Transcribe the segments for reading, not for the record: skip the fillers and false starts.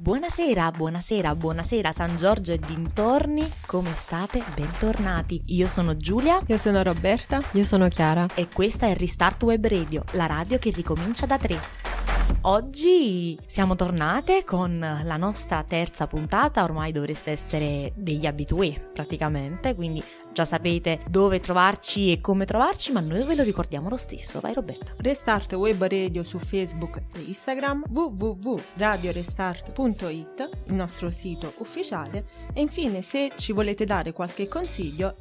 Buonasera, buonasera, buonasera San Giorgio e dintorni, come state? Bentornati, io sono Giulia. Io sono Roberta. Io sono Chiara. E questa è Restart Web Radio, la radio che ricomincia da 3. Oggi siamo tornate con la nostra terza puntata, ormai dovreste essere degli abitué praticamente, quindi già sapete dove trovarci e come trovarci, ma noi ve lo ricordiamo lo stesso. Vai Roberta. Restart Web Radio su Facebook e Instagram, www.radiorestart.it, il nostro sito ufficiale, e infine se ci volete dare qualche consiglio,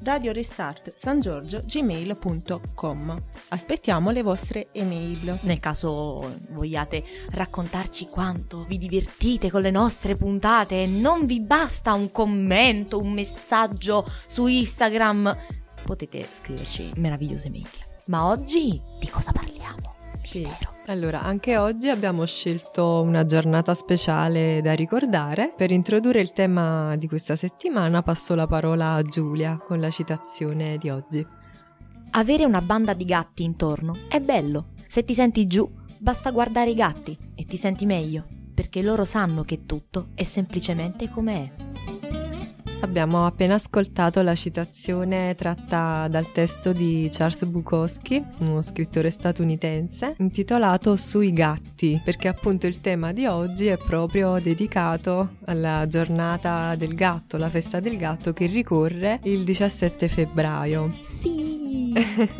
radiorestartsangiorgio@gmail.com. Aspettiamo le vostre email. Nel caso vogliate raccontarci quanto vi divertite con le nostre puntate e non vi basta un commento, un messaggio su Instagram, potete scriverci meravigliose mail. Ma oggi di cosa parliamo? Mistero. Sì. Allora, anche oggi abbiamo scelto una giornata speciale da ricordare. Per introdurre il tema di questa settimana passo la parola a Giulia con la citazione di oggi. Avere una banda di gatti intorno è bello. Se ti senti giù, basta guardare i gatti e ti senti meglio, perché loro sanno che tutto è semplicemente come è. Abbiamo appena ascoltato la citazione tratta dal testo di Charles Bukowski, uno scrittore statunitense, intitolato Sui gatti, perché appunto il tema di oggi è proprio dedicato alla giornata del gatto, la festa del gatto che ricorre il 17 febbraio. Sì!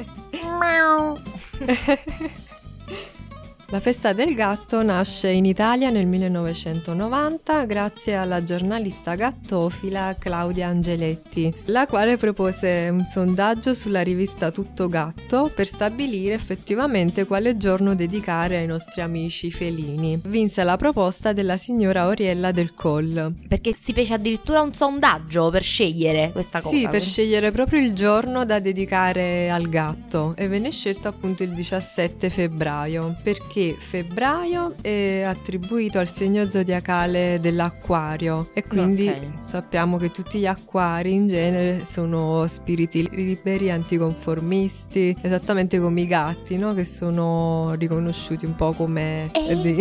La festa del gatto nasce in Italia nel 1990 grazie alla giornalista gattofila Claudia Angeletti, la quale propose un sondaggio sulla rivista Tutto Gatto per stabilire effettivamente quale giorno dedicare ai nostri amici felini. Vinse la proposta della signora Oriella del Coll. Perché si fece addirittura un sondaggio per scegliere questa cosa. Sì, per scegliere proprio il giorno da dedicare al gatto, e venne scelto appunto il 17 febbraio, perché febbraio è attribuito al segno zodiacale dell'Acquario e quindi sappiamo che tutti gli acquari in genere sono spiriti liberi, anticonformisti, esattamente come i gatti, no? Che sono riconosciuti un po' come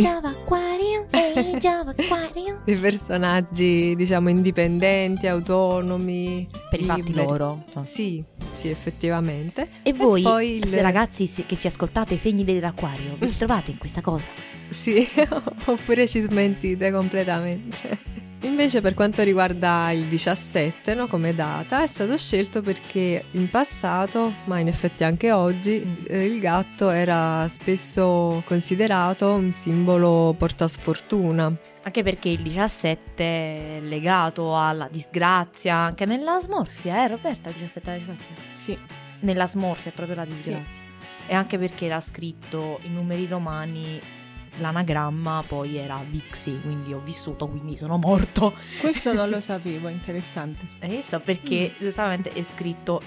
dei personaggi, diciamo, indipendenti, autonomi, per i fatti loro. Sì, effettivamente. E voi, poi se ragazzi che ci ascoltate, i segni dell'acquario, vi trovate in questa cosa? Sì, oppure ci smentite completamente. Invece per quanto riguarda il 17, no, come data, è stato scelto perché in passato, ma in effetti anche oggi, il gatto era spesso considerato un simbolo portasfortuna. Anche perché il 17 è legato alla disgrazia, anche nella smorfia, Roberta, il 17 alla disgrazia? Sì. Nella smorfia è proprio la disgrazia. Sì. E anche perché era scritto in numeri romani, l'anagramma poi era Vixi, quindi ho vissuto, quindi sono morto. Questo non lo sapevo, interessante. Hai visto? Perché giustamente è scritto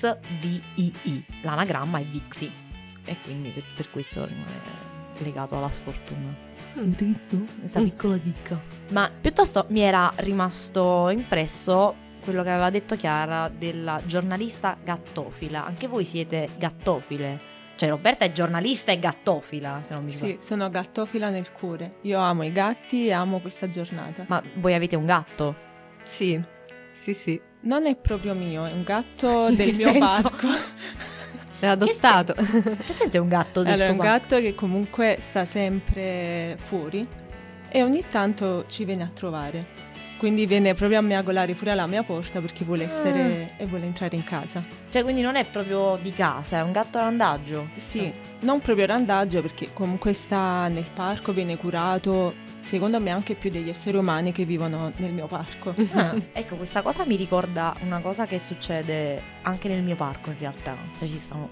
XVII, l'anagramma è Vixi e quindi per questo è legato alla sfortuna. Avete visto? Questa piccola chicca. Ma piuttosto mi era rimasto impresso quello che aveva detto Chiara della giornalista gattofila. Anche voi siete gattofile? Cioè Roberta è giornalista e gattofila, se non mi sbaglio. Sì, sono gattofila nel cuore. Io amo i gatti e amo questa giornata. Ma voi avete un gatto? Sì. Non è proprio mio, è un gatto del mio parco. È adottato. Che senso è un gatto del tuo Allora, è un parco? gatto che comunque sta sempre fuori e ogni tanto ci viene a trovare. Quindi viene proprio a miagolare fuori alla mia porta perché vuole essere e vuole entrare in casa. Cioè quindi non è proprio di casa, è un gatto randaggio? Sì, non proprio randaggio perché comunque sta nel parco, viene curato, secondo me anche più degli esseri umani che vivono nel mio parco. Ecco, questa cosa mi ricorda una cosa che succede anche nel mio parco in realtà. Cioè ci sono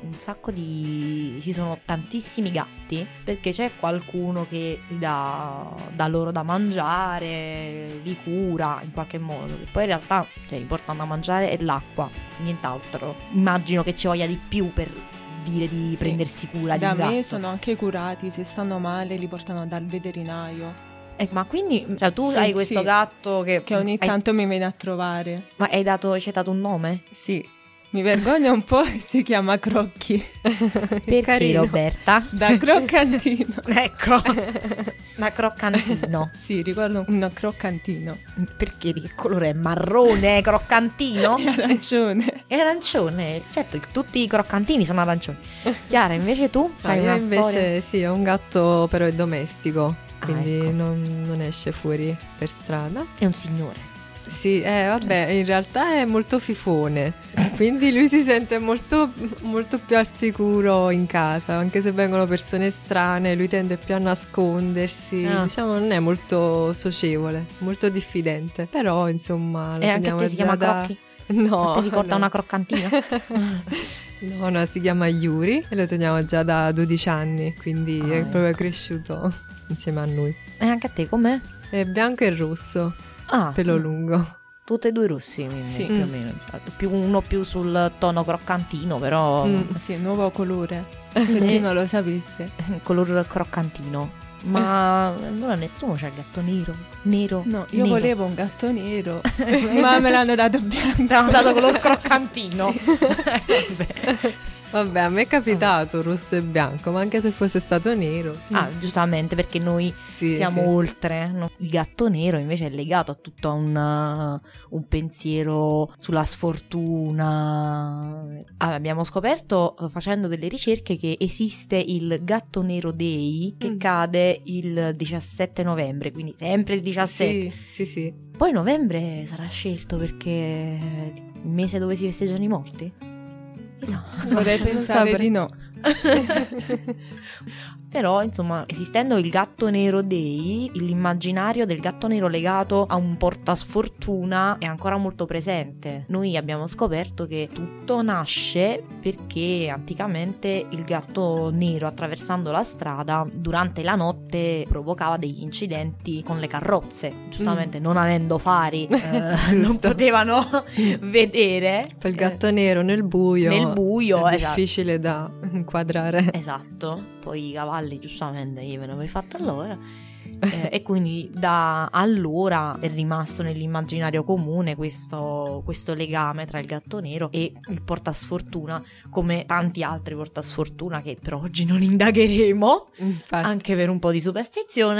ci sono tantissimi gatti perché c'è qualcuno che gli dà loro da mangiare, li cura in qualche modo. E poi in realtà, cioè, l'importante da mangiare è l'acqua, nient'altro. Immagino che ci voglia di più per dire di prendersi cura di un gatto. Da me sono anche curati, se stanno male li portano dal veterinario. Ma quindi, cioè, tu Sì, hai questo sì. gatto che Che ogni tanto mi viene a trovare. Ma ci hai dato un nome? Sì, Mi vergogno un po', si chiama Crocchi. Perché Carino. Roberta? Da croccantino. Ecco, da croccantino. Sì, ricordo un croccantino. Perché di che colore è? Marrone, croccantino? È arancione. È arancione. Certo, tutti i croccantini sono arancioni. Chiara, invece tu hai Io una invece storia? sì, ho un gatto però è domestico, quindi ecco. non esce fuori per strada. È un signore. Sì, vabbè, in realtà è molto fifone, quindi lui si sente molto, molto più al sicuro in casa, anche se vengono persone strane, lui tende più a nascondersi, Ah. diciamo non è molto socievole, molto diffidente, però insomma lo E anche a teniamo te si già chiama da... Crocchi? No, Ti ricorda no. una croccantina? No, si chiama Yuri e lo teniamo già da 12 anni, quindi Ah, è proprio ecco. cresciuto insieme a noi. E anche a te com'è? È bianco e rosso, Ah, pelo lungo. tutte e due rossi, quindi Sì. più o meno. Uno più sul tono croccantino, però Sì, nuovo colore. Per chi non lo sapesse. color croccantino. Ma allora nessuno c'ha il gatto nero? Nero? No, io nero. volevo un gatto nero, ma me l'hanno dato bianco. Abbiamo dato color croccantino. Vabbè. Vabbè, a me è capitato rosso e bianco, ma anche se fosse stato nero. Ah, giustamente, perché noi Sì, siamo sì. oltre, no? Il gatto nero invece è legato a tutto un pensiero sulla sfortuna. Abbiamo scoperto facendo delle ricerche che esiste il Gatto Nero Day che cade il 17 novembre, quindi sempre il 17. Sì. Poi novembre sarà scelto perché è il mese dove si festeggiano i morti? Chissà. Vorrei Non pensare saprei. di no. Però, insomma, esistendo il Gatto Nero Day, l'immaginario del gatto nero legato a un portasfortuna è ancora molto presente. Noi abbiamo scoperto che tutto nasce perché anticamente il gatto nero, attraversando la strada, durante la notte provocava degli incidenti con le carrozze. Giustamente, non avendo fari, non Giusto. potevano vedere. Poi il gatto nero nel buio. Nel buio, è esatto. difficile da inquadrare. Esatto, poi i cavalli giustamente gli venivano fatti allora e quindi da allora è rimasto nell'immaginario comune questo legame tra il gatto nero e il portasfortuna, come tanti altri portasfortuna che per oggi non indagheremo, Infatti. anche per un po' di superstizione.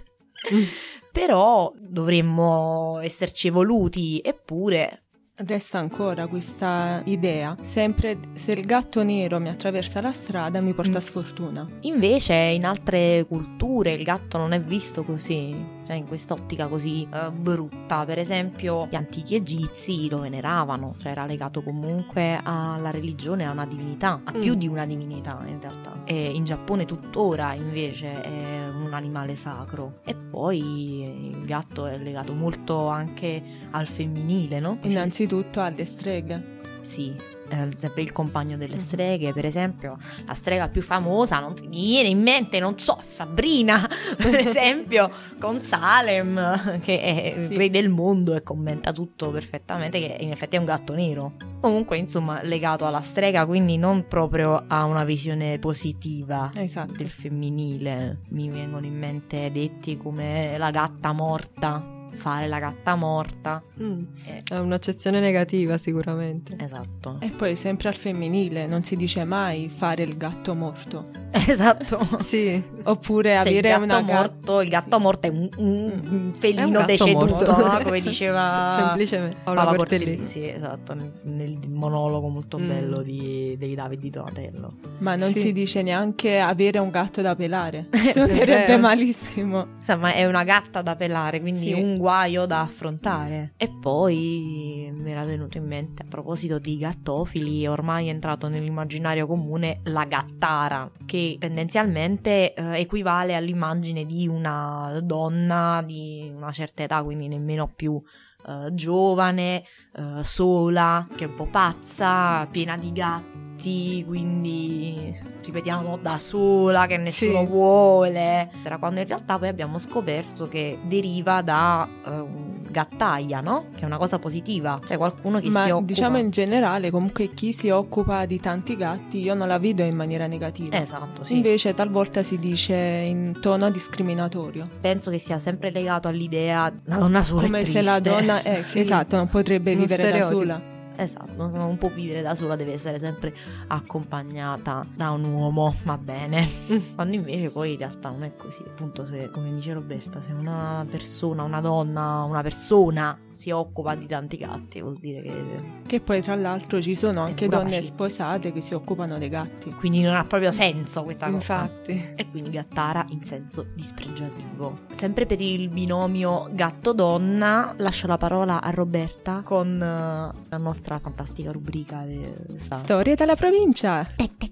Però dovremmo esserci evoluti, eppure Resta ancora questa idea, sempre se il gatto nero mi attraversa la strada mi porta sfortuna. invece in altre culture il gatto non è visto così, cioè in quest'ottica così brutta. Per esempio gli antichi egizi lo veneravano, cioè era legato comunque alla religione, a una divinità, a più di una divinità in realtà. E in Giappone tuttora invece è un animale sacro. E poi il gatto è legato molto anche al femminile, no? Innanzitutto alle streghe. Sì, è sempre il compagno delle streghe, per esempio la strega più famosa, non ti viene in mente, non so, Sabrina per esempio, con Salem, che è il Sì. re del mondo e commenta tutto perfettamente, che in effetti è un gatto nero. Comunque insomma legato alla strega, quindi non proprio a una visione positiva Esatto. del femminile. Mi vengono in mente detti come la gatta morta, fare la gatta morta. È un'accezione negativa sicuramente. Esatto. E poi sempre al femminile, non si dice mai fare il gatto morto. Esatto. Sì, Oppure Cioè, avere il gatto una morto, il gatto morto è un felino È un gatto deceduto, morto. no? Come diceva semplicemente. Paola Paola Cortellini. Cortellini. Sì, esatto, nel monologo molto bello dei David di Donatello. Ma non Sì. si dice neanche avere un gatto da pelare. vero. Suonerebbe malissimo. Insomma, è una gatta da pelare, quindi Sì. un guaio da affrontare. E poi mi era venuto in mente, a proposito di gattofili, è ormai entrato nell'immaginario comune la gattara, che tendenzialmente equivale all'immagine di una donna di una certa età, quindi nemmeno più giovane, sola, che è un po' pazza, piena di gatti, quindi ripetiamo da sola, che nessuno Sì. vuole. Era quando in realtà poi abbiamo scoperto che deriva da gattaia, no? Che è una cosa positiva, cioè qualcuno che si Ma occupa. diciamo in generale, comunque chi si occupa di tanti gatti io non la vedo in maniera negativa. Esatto, sì. Invece talvolta si dice in tono discriminatorio. Penso che sia sempre legato all'idea una donna sola Come è se la triste. donna Sì. esatto, non potrebbe Uno vivere da stereotipo. sola. Esatto, non può vivere da sola, deve essere sempre accompagnata da un uomo, va bene. Quando invece poi in realtà non è così. Appunto, se, come dice Roberta, se una persona, una donna, una persona si occupa di tanti gatti, vuol dire che poi tra l'altro ci sono anche pura donne pazienza. sposate che si occupano dei gatti. quindi non ha proprio senso questa cosa. Infatti. E quindi gattara in senso dispregiativo. Sempre per il binomio gatto-donna, lascio la parola a Roberta con la nostra fantastica rubrica Storie dalla provincia.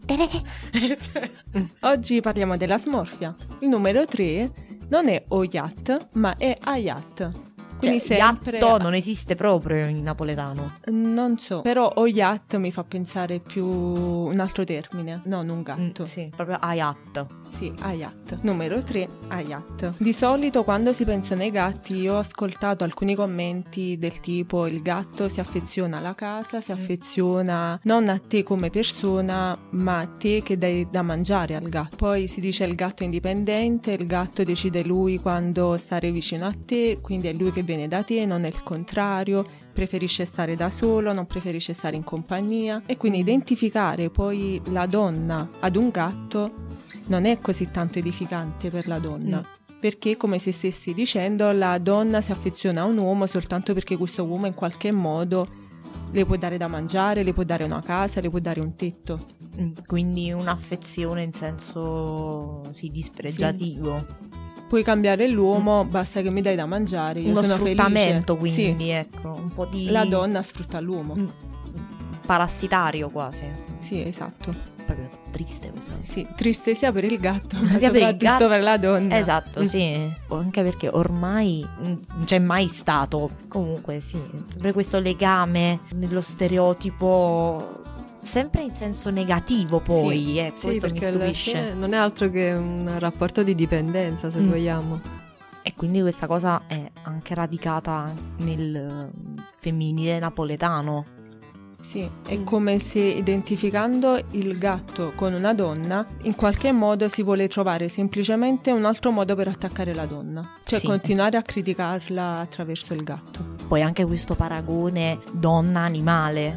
Oggi parliamo della smorfia. Il numero 3 non è Oyat, ma è Ayat. Quindi sempre gatto non esiste proprio in napoletano. Non so, però Oyat mi fa pensare più un altro termine, non un gatto. Sì, proprio Ayat. Sì, Ayat. Numero 3, Ayat. Di solito quando si pensa ai gatti, io ho ascoltato alcuni commenti del tipo: il gatto si affeziona alla casa, si affeziona non a te come persona, ma a te che dai da mangiare al gatto. Poi si dice il gatto è indipendente, il gatto decide lui quando stare vicino a te, quindi è lui che viene da te, non è il contrario. Preferisce stare da solo, non preferisce stare in compagnia, e quindi identificare poi la donna ad un gatto non è così tanto edificante per la donna, perché come se stessi dicendo la donna si affeziona a un uomo soltanto perché questo uomo in qualche modo le può dare da mangiare, le può dare una casa, le può dare un tetto. Quindi un'affezione in senso dispregiativo. Sì. Puoi cambiare l'uomo, basta che mi dai da mangiare, io uno sono sfruttamento, felice. quindi Sì. ecco, un po' di... La donna sfrutta l'uomo. Parassitario quasi. Sì, esatto. Proprio triste questa cosa. Sì, triste sia per il gatto, ma sia per il soprattutto gatto. per la donna. Esatto, sì. Anche perché ormai non c'è mai stato. Comunque sì, sempre questo legame nello stereotipo sempre in senso negativo poi. Sì, Questo mi perché alla stupisce. fine non è altro che un rapporto di dipendenza, se vogliamo. E quindi questa cosa è anche radicata nel femminile napoletano. Sì, è come se identificando il gatto con una donna, in qualche modo si vuole trovare semplicemente un altro modo per attaccare la donna. Cioè Sì. continuare a criticarla attraverso il gatto. Poi anche questo paragone donna-animale,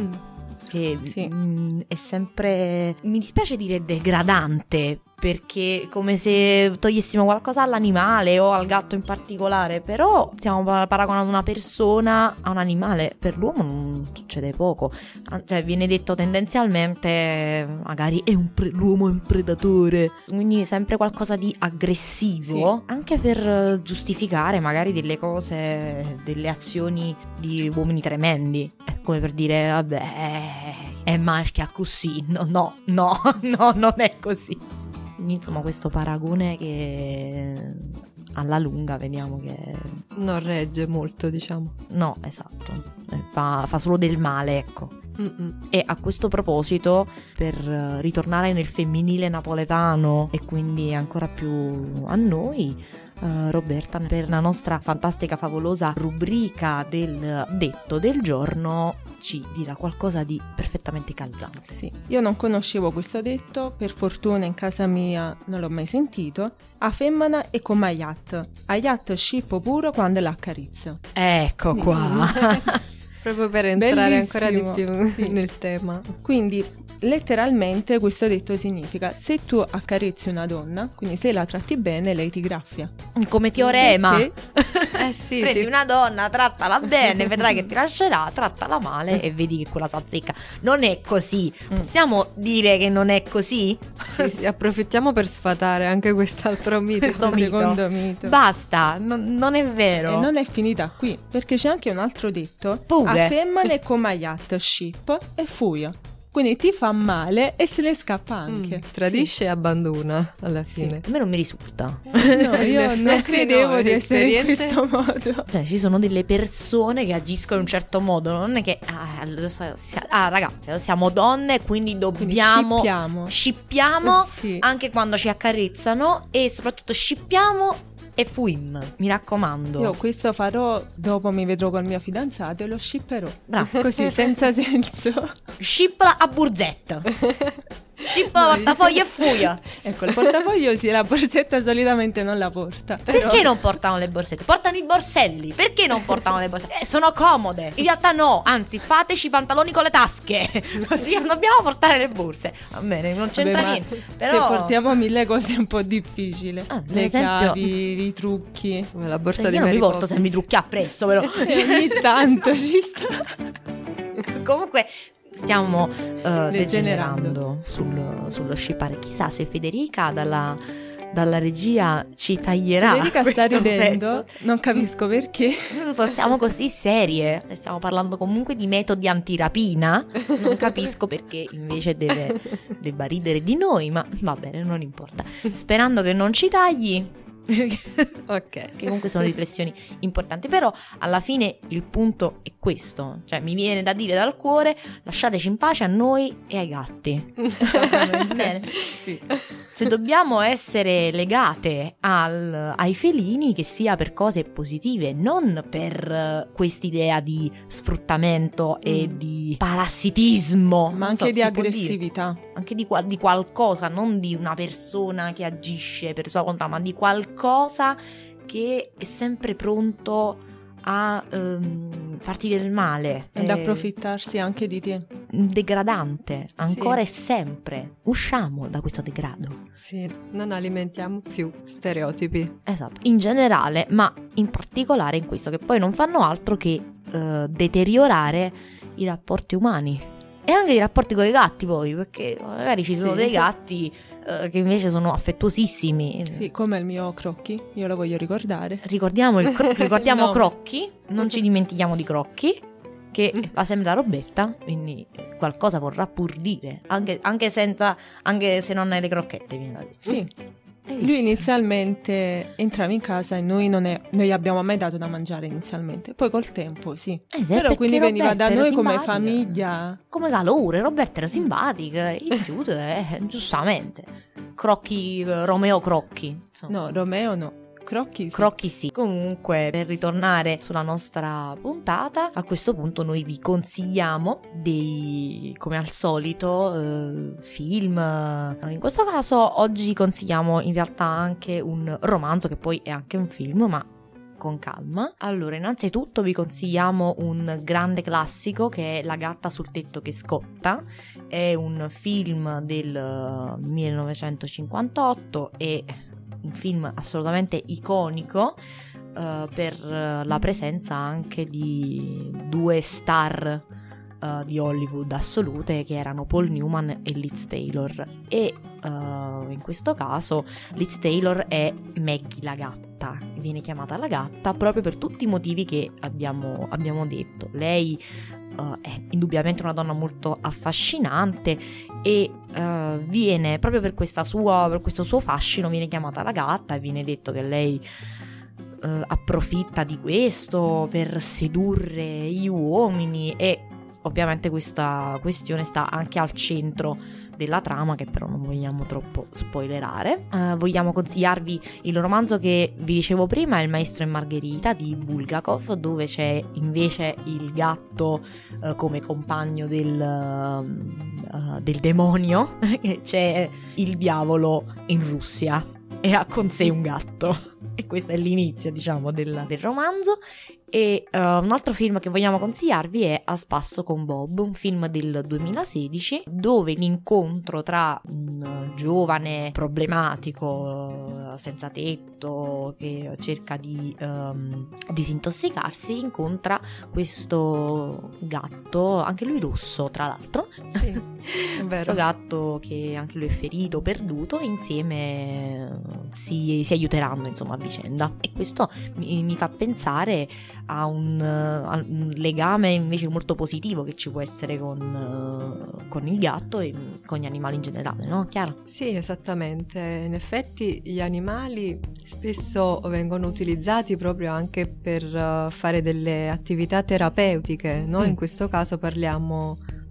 che Sì. è sempre, mi dispiace dire degradante, perché come se togliessimo qualcosa all'animale o al gatto in particolare, però stiamo paragonando una persona a un animale. Per l'uomo non succede poco, cioè viene detto tendenzialmente magari l'uomo è un predatore, quindi sempre qualcosa di aggressivo, anche per giustificare magari delle cose, delle azioni di uomini tremendi, come per dire vabbè è maschia così, no, non è così. Insomma, questo paragone che alla lunga vediamo che Non regge molto, diciamo. no, esatto, fa solo del male, ecco. E a questo proposito, per ritornare nel femminile napoletano e quindi ancora più a noi, Roberta, per la nostra fantastica favolosa rubrica del detto del giorno, ci dirà qualcosa di perfettamente calzante. Sì, io non conoscevo questo detto, per fortuna in casa mia non l'ho mai sentito. A femmina è come Ayat. Ayat scippo puro quando l'accarizzo. Ecco qua. Proprio per entrare Bellissimo, ancora di più sì. nel tema. Quindi letteralmente questo detto significa: se tu accarezzi una donna, quindi se la tratti bene, lei ti graffia. Come teorema. Perché Sì, Prendi una donna, trattala bene, vedrai che ti lascerà, trattala male e vedi che quella si azzecca. Non è così. Possiamo dire che non è così? sì, approfittiamo per sfatare anche quest'altro mito. Questo mito. secondo mito. Basta, non è vero. E non è finita qui, perché c'è anche un altro detto. Pure. A femmina è come Ayat, scippo e fuia. Quindi ti fa male e se ne scappa anche. Tradisce e abbandona alla fine. A me non mi risulta. No, io In non effetti credevo no, di essere in esperienze- questo modo. Cioè, ci sono delle persone che agiscono in un certo modo. Non è che ragazzi, siamo donne, quindi dobbiamo scippiamo Sì. anche quando ci accarezzano, e soprattutto scippiamo e fuim. Mi raccomando. Io questo farò, dopo mi vedrò col mio fidanzato e lo scipperò. Bravo. Così, senza senso. Scippala a burzetta. Scippa portafoglio e fuga. Ecco, il portafoglio sì, la borsetta solitamente non la porta. Però... Perché non portano le borsette? Portano i borselli. Perché non portano le borsette? Sono comode. In realtà no, anzi fateci i pantaloni con le tasche. Così non dobbiamo portare le borse. Va bene, non c'entra niente. Però se portiamo 1000 cose è un po' difficile. Le esempio... cavi, i trucchi. La borsa di io non Mary mi porto Poppins. sempre i trucchi appresso, però. Ogni tanto ci sta. Comunque stiamo Degenerando degenerando sullo scippare. Chissà se Federica dalla regia ci taglierà. Federica sta questo ridendo, pezzo. non capisco perché. Non siamo così serie. Stiamo parlando comunque di metodi antirapina. Non capisco perché invece debba ridere di noi, ma va bene, non importa. Sperando che non ci tagli. Ok. Che comunque sono riflessioni importanti, però alla fine il punto è questo, cioè mi viene da dire dal cuore: lasciateci in pace a noi e ai gatti. Bene. Sì. Se dobbiamo essere legate ai felini, che sia per cose positive, non per quest'idea di sfruttamento e di parassitismo, Ma non so, anche di si può dire. aggressività. Anche di qualcosa, non di una persona che agisce per sua volontà, ma di qualcosa che è sempre pronto a farti del male. Ed approfittarsi anche di te. Degradante, ancora Sì. e sempre. Usciamo da questo degrado. Sì, non alimentiamo più stereotipi. Esatto, in generale, ma in particolare in questo, che poi non fanno altro che deteriorare i rapporti umani. E anche i rapporti con i gatti poi, perché magari ci sono Sì. dei gatti che invece sono affettuosissimi. Sì, come il mio Crocchi, io lo voglio ricordare. Ricordiamo Il nome. Crocchi, non ci dimentichiamo di Crocchi, che va sempre da Roberta, quindi qualcosa vorrà pur dire, anche se non hai le crocchette, viene da dire. Sì, Hai lui visto? inizialmente entrava in casa e noi non gli abbiamo mai dato da mangiare inizialmente. Poi col tempo, sì. Sì, Però perché quindi veniva Roberta da era noi come simpatica. famiglia. Come calore, Roberta era simpatica, e chiude, giustamente. Crocchi, Romeo Crocchi. Insomma. No, Romeo no. Crocchi sì. Crocchi sì. Comunque, per ritornare sulla nostra puntata, a questo punto noi vi consigliamo come al solito, film. In questo caso oggi consigliamo in realtà anche un romanzo, che poi è anche un film, ma con calma. Allora, innanzitutto vi consigliamo un grande classico che è La gatta sul tetto che scotta. È un film del 1958 e un film assolutamente iconico per la presenza anche di due star di Hollywood assolute, che erano Paul Newman e Liz Taylor, e in questo caso Liz Taylor è Maggie la gatta, viene chiamata la gatta proprio per tutti i motivi che abbiamo detto. Lei è indubbiamente una donna molto affascinante e viene proprio per questo suo fascino viene chiamata la gatta, e viene detto che lei approfitta di questo per sedurre gli uomini, e ovviamente questa questione sta anche al centro della trama, che però non vogliamo troppo spoilerare. Vogliamo consigliarvi il romanzo che vi dicevo prima, Il maestro e Margherita di Bulgakov, dove c'è invece il gatto come compagno del demonio. C'è il diavolo in Russia e ha con sé un gatto, e questo è l'inizio, diciamo, del romanzo. E un altro film che vogliamo consigliarvi è A spasso con Bob, un film del 2016, dove l'incontro tra un giovane problematico senza tetto che cerca di disintossicarsi incontra questo gatto, anche lui rosso tra l'altro. Sì, è vero. Questo gatto che anche lui è ferito, perduto, e insieme si aiuteranno insomma a vicenda, e questo mi fa pensare a un legame invece molto positivo che ci può essere con il gatto e con gli animali in generale, no? Chiara? Sì, esattamente. In effetti gli animali spesso vengono utilizzati proprio anche per fare delle attività terapeutiche, no? In questo caso parliamo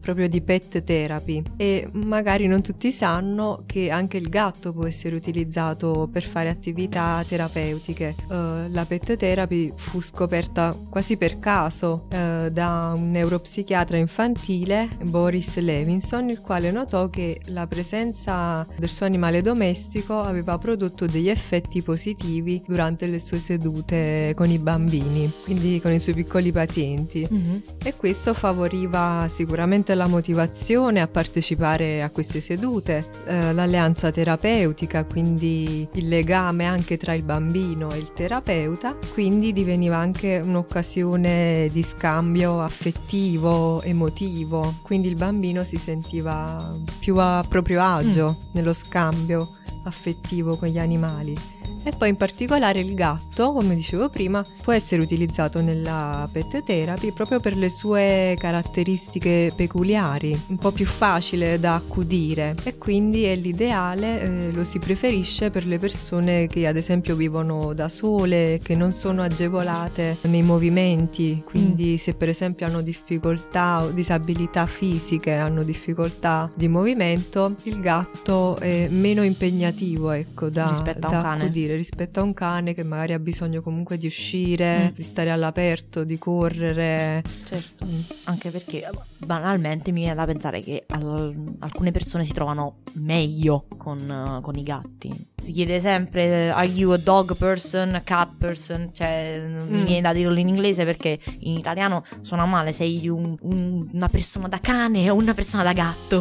proprio di pet therapy, e magari non tutti sanno che anche il gatto può essere utilizzato per fare attività terapeutiche. La pet therapy fu scoperta quasi per caso da un neuropsichiatra infantile, Boris Levinson, il quale notò che la presenza del suo animale domestico aveva prodotto degli effetti positivi durante le sue sedute con i bambini, quindi con i suoi piccoli pazienti. E questo favoriva sicuramente la motivazione a partecipare a queste sedute, l'alleanza terapeutica, quindi il legame anche tra il bambino e il terapeuta, quindi diveniva anche un'occasione di scambio affettivo, emotivo, quindi il bambino si sentiva più a proprio agio nello scambio affettivo con gli animali. E poi in particolare il gatto, come dicevo prima, può essere utilizzato nella pet therapy proprio per le sue caratteristiche peculiari, un po' più facile da accudire, e quindi è l'ideale, lo si preferisce per le persone che ad esempio vivono da sole, che non sono agevolate nei movimenti, quindi se per esempio hanno difficoltà o disabilità fisiche, hanno difficoltà di movimento, il gatto è meno impegnativo, ecco, da accudire rispetto a un cane che magari ha bisogno comunque di uscire, di stare all'aperto, di correre. Certo, anche perché banalmente mi viene da pensare che alcune persone si trovano meglio con i gatti. Si chiede sempre are you a dog person, a cat person, cioè mi viene da dirlo in inglese perché in italiano suona male, sei una persona da cane o una persona da gatto.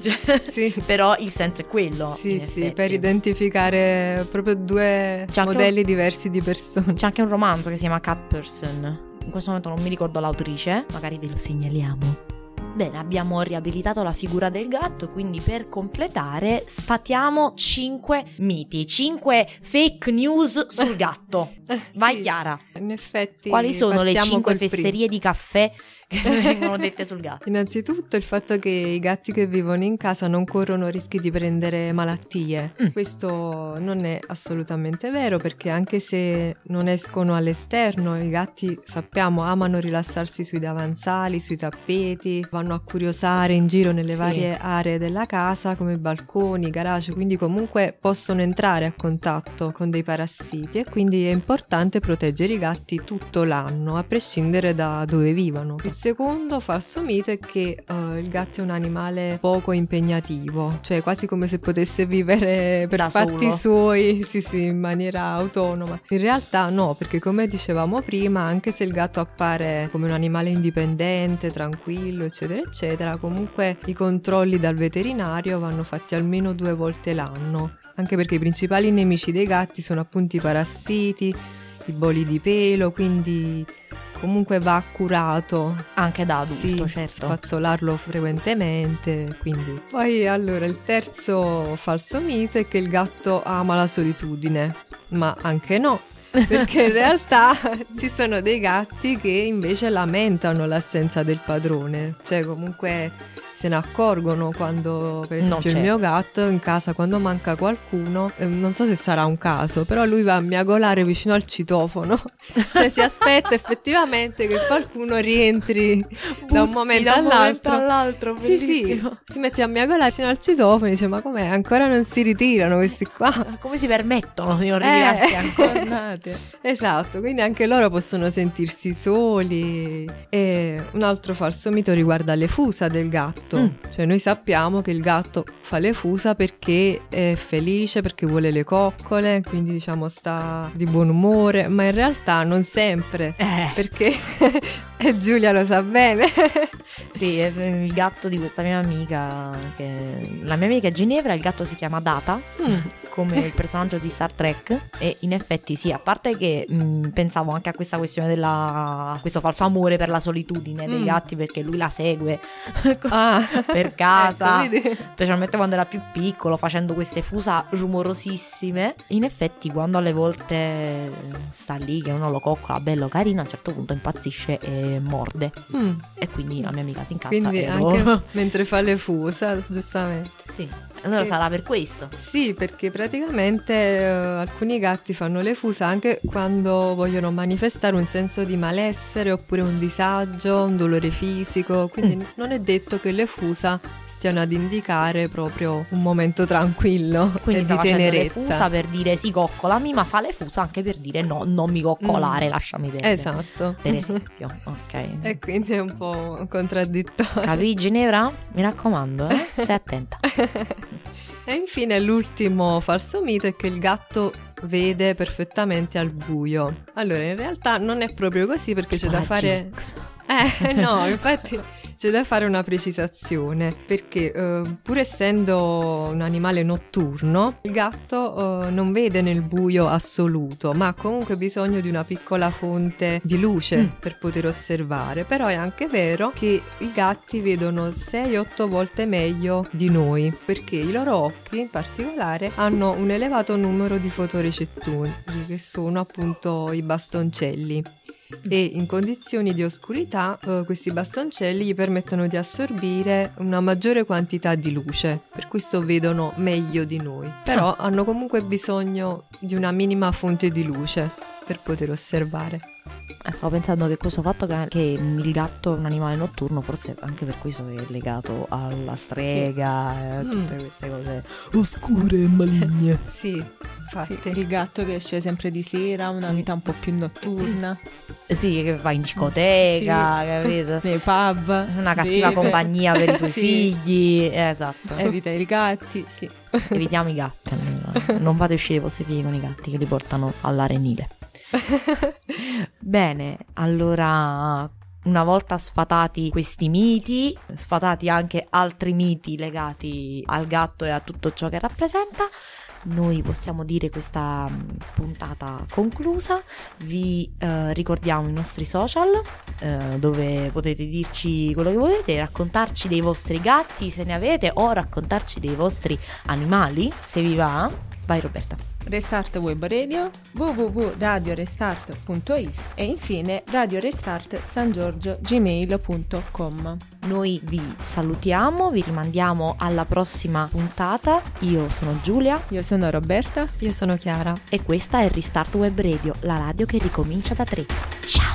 Sì. Però il senso è quello. Sì, per identificare proprio due modelli diversi di persone. C'è anche un romanzo che si chiama Cat Person. In questo momento non mi ricordo l'autrice, magari ve lo segnaliamo. Bene, abbiamo riabilitato la figura del gatto, quindi per completare sfatiamo 5 miti, 5 fake news sul gatto. Vai, sì, Chiara. In effetti, quali sono le 5 fesserie di caffè che vengono dette sul gatto? Innanzitutto il fatto che i gatti che vivono in casa non corrono rischi di prendere malattie. Questo non è assolutamente vero, perché anche se non escono all'esterno, i gatti, sappiamo, amano rilassarsi sui davanzali, sui tappeti, vanno a curiosare in giro nelle varie aree della casa come balconi, garage, quindi comunque possono entrare a contatto con dei parassiti, e quindi è importante proteggere i gatti tutto l'anno, a prescindere da dove vivono. Il secondo falso mito è che il gatto è un animale poco impegnativo, cioè quasi come se potesse vivere per fatti suoi, sì, in maniera autonoma. In realtà no, perché come dicevamo prima, anche se il gatto appare come un animale indipendente, tranquillo, eccetera eccetera, comunque i controlli dal veterinario vanno fatti almeno 2 volte l'anno, anche perché i principali nemici dei gatti sono appunto i parassiti, i boli di pelo, quindi comunque va curato anche da adulto, certo, spazzolarlo frequentemente. Quindi poi allora il terzo falso mito è che il gatto ama la solitudine, ma anche no, perché in realtà ci sono dei gatti che invece lamentano l'assenza del padrone, cioè comunque se ne accorgono quando, per esempio, il mio gatto in casa, quando manca qualcuno, non so se sarà un caso, però lui va a miagolare vicino al citofono, cioè si aspetta effettivamente che qualcuno rientri da un momento all'altro. Sì, si mette a miagolare vicino al citofono e dice: ma com'è, ancora non si ritirano questi qua? Come si permettono di non ritirarsi ancora? Esatto, quindi anche loro possono sentirsi soli. E un altro falso mito riguarda le fusa del gatto. Cioè noi sappiamo che il gatto fa le fusa perché è felice, perché vuole le coccole, quindi diciamo sta di buon umore, ma in realtà non sempre, perché Giulia lo sa bene. Sì, è il gatto di questa mia amica, la mia amica è Ginevra, il gatto si chiama Data, come il personaggio di Star Trek, e in effetti sì, a parte che pensavo anche a questa questione questo falso amore per la solitudine dei gatti, perché lui la segue per casa, ecco, specialmente quando era più piccolo, facendo queste fusa rumorosissime. In effetti quando alle volte sta lì che uno lo coccola bello carino, a un certo punto impazzisce e morde, e quindi la mia amica si incazza. Quindi anche mentre fa le fusa, giustamente. Sì, allora sarà per questo. Sì, perché praticamente alcuni gatti fanno le fusa anche quando vogliono manifestare un senso di malessere oppure un disagio, un dolore fisico, quindi non è detto che le fusa stiano ad indicare proprio un momento tranquillo quindi e di tenerezza. Le fusa per dire sì, coccolami, ma fa le fusa anche per dire no, non mi coccolare, lasciami perdere. Esatto. Per esempio, ok. E quindi è un po' contraddittorio. Capì, Ginevra? Mi raccomando, stai attenta. E infine l'ultimo falso mito è che il gatto vede perfettamente al buio. Allora, in realtà non è proprio così, perché c'è da fare... no, infatti c'è da fare una precisazione, perché pur essendo un animale notturno, il gatto non vede nel buio assoluto, ma ha comunque bisogno di una piccola fonte di luce per poter osservare. Però è anche vero che i gatti vedono 6-8 volte meglio di noi, perché i loro occhi in particolare hanno un elevato numero di fotorecettori, che sono appunto i bastoncelli. E in condizioni di oscurità questi bastoncelli gli permettono di assorbire una maggiore quantità di luce, per questo vedono meglio di noi, però hanno comunque bisogno di una minima fonte di luce per poter osservare. Stavo pensando che questo fatto che il gatto è un animale notturno, forse anche per questo è legato alla strega, e tutte queste cose oscure e maligne. Sì, infatti. Sì, il gatto che esce sempre di sera, una vita un po' più notturna. Sì, che va in discoteca, capito? Nei pub. Una cattiva compagnia per i tuoi figli, esatto. Evita i gatti, sì. Evitiamo i gatti, non fate uscire i vostri figli con i gatti che li portano all'arenile. Bene, allora una volta sfatati questi miti, sfatati anche altri miti legati al gatto e a tutto ciò che rappresenta, noi possiamo dire questa puntata conclusa. Vi ricordiamo i nostri social, dove potete dirci quello che volete, raccontarci dei vostri gatti se ne avete, o raccontarci dei vostri animali se vi va. Vai Roberta. Restart Web Radio, www.radiorestart.it e infine radiorestart@sangiorgio@gmail.com. Noi vi salutiamo, vi rimandiamo alla prossima puntata. Io sono Giulia. Io sono Roberta. Io sono Chiara. E questa è Restart Web Radio, la radio che ricomincia da 3. Ciao!